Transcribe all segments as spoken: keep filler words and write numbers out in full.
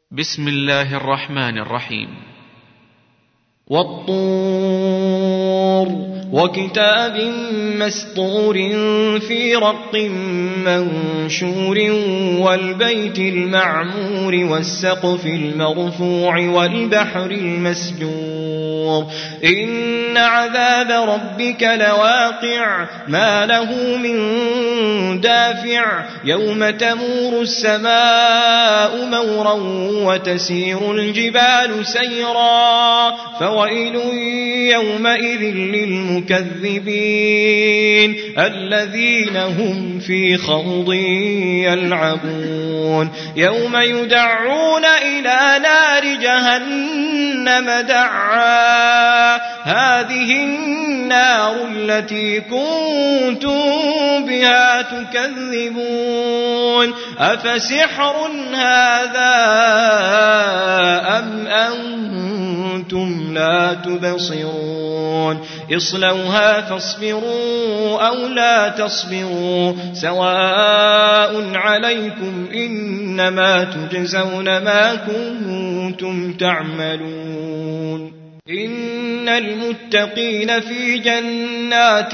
بسم الله الرحمن الرحيم. والطور وكتاب مسطور في رق منشور والبيت المعمور والسقف المرفوع والبحر المسجور إن عذاب ربك لواقع ما له من دافع يوم تمور السماء مورا وتسير الجبال سيرا فويل يومئذ للمكذبين الذين هم في خوض يلعبون يوم يدعون إلى نار جهنم دعا هذه النار التي كنتم بها تكذبون أفسحر هذا أم أنتم لا تبصرون اصلوها فاصبروا أو لا تصبروا سواء عليكم إنما تجزون ما كنتم تعملون إن المتقين في جنات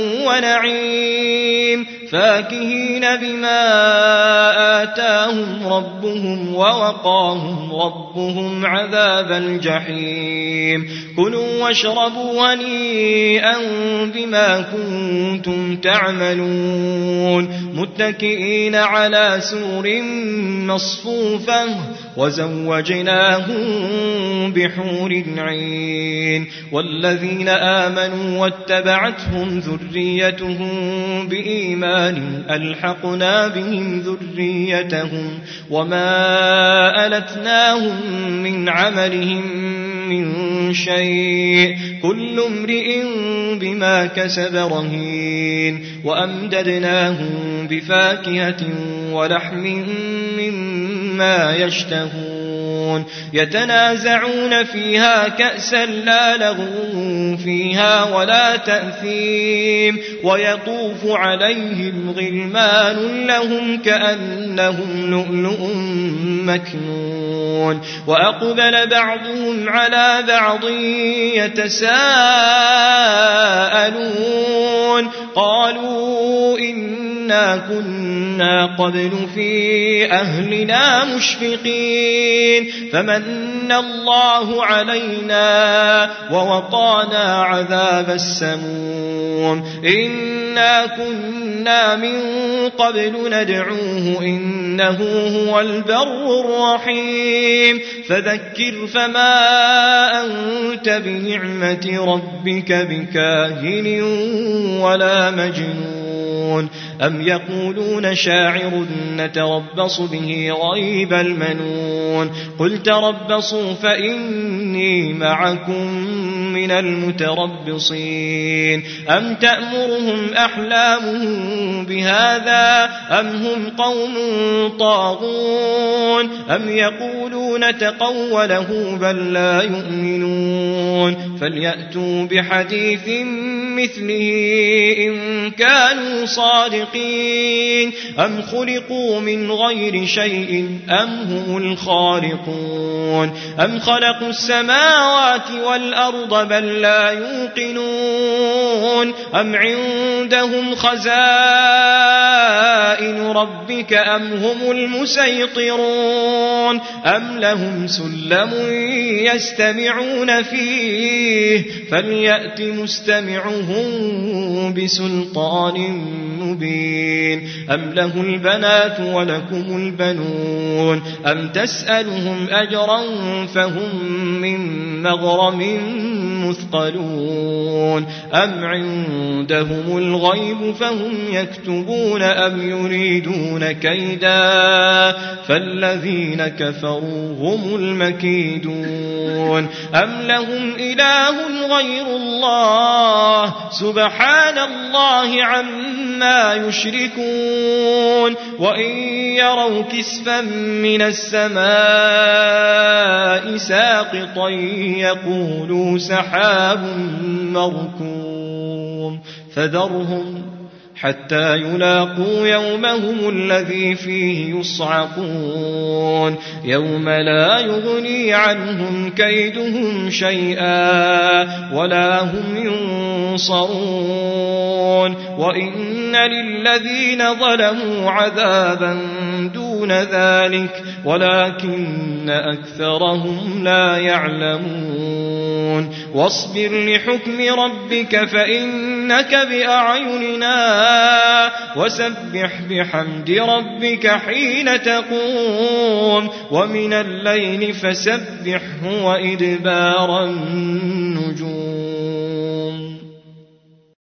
ونعيم فاكهين بما آتاهم ربهم ووقاهم ربهم عذاب الجحيم كلوا واشربوا هنيئا بما كنتم تعملون متكئين على سور مصفوفة وزوجناهم بحور عين والذين آمنوا واتبعتهم ذريتهم بإيمان ألحقنا بهم ذريتهم وما ألتناهم من عملهم من شيء كل امرئ بما كسب رهين وأمددناهم بفاكهة ولحم مما يشتهون يتنازعون فيها كأسا لا لغو فيها ولا تأثيم ويطوف عليهم غلمان لهم كأنهم لؤلؤ مكنون وأقبل بعضهم على بعض يتساءلون قالوا إنا كنا قبل في أهلنا مشفقين فمن الله علينا ووقانا عذاب السموم إنا كنا من قبل ندعوه إنه هو البر الرحيم فذكر فما أنت بنعمة ربك بكاهن ولا مجنون أم يقولون شاعر نتربص به ريب المنون قل تربصوا فإني معكم من المتربصين أم تأمرهم أحلامهم بهذا أم هم قوم طاغون أم يقولون تقوله بل لا يؤمنون فليأتوا بحديث مثله إن كانوا صادقين أم خلقوا من غير شيء أم هم الخالقون أم خلقوا السماوات والأرض بل لا يوقنون أم عندهم خزائن ربك أم هم المسيطرون أم لهم سلم يستمعون فيه فليأت مستمعهم بسلطان مبين أم له البنات ولكم البنون أم تسألهم أجرا فهم من مغرم مثقلون أم عندهم الغيب فهم يكتبون أم يريدون كيدا فالذين كفروا هم المكيدون أم لهم إله غير الله سبحان الله عما يشركون وإن يروا كسفا من السماء ساقطا يقولوا سحاب مركوم فذرهم حتى يلاقوا يومهم الذي فيه يصعقون يوم لا يغني عنهم كيدهم شيئا ولا هم ينصرون وإن للذين ظلموا عذابا دون ذلك ولكن أكثرهم لا يعلمون واصبر لحكم ربك فإنك بأعيننا وسبح بحمد ربك حين تقوم ومن الليل فسبحه وإدبار النجوم.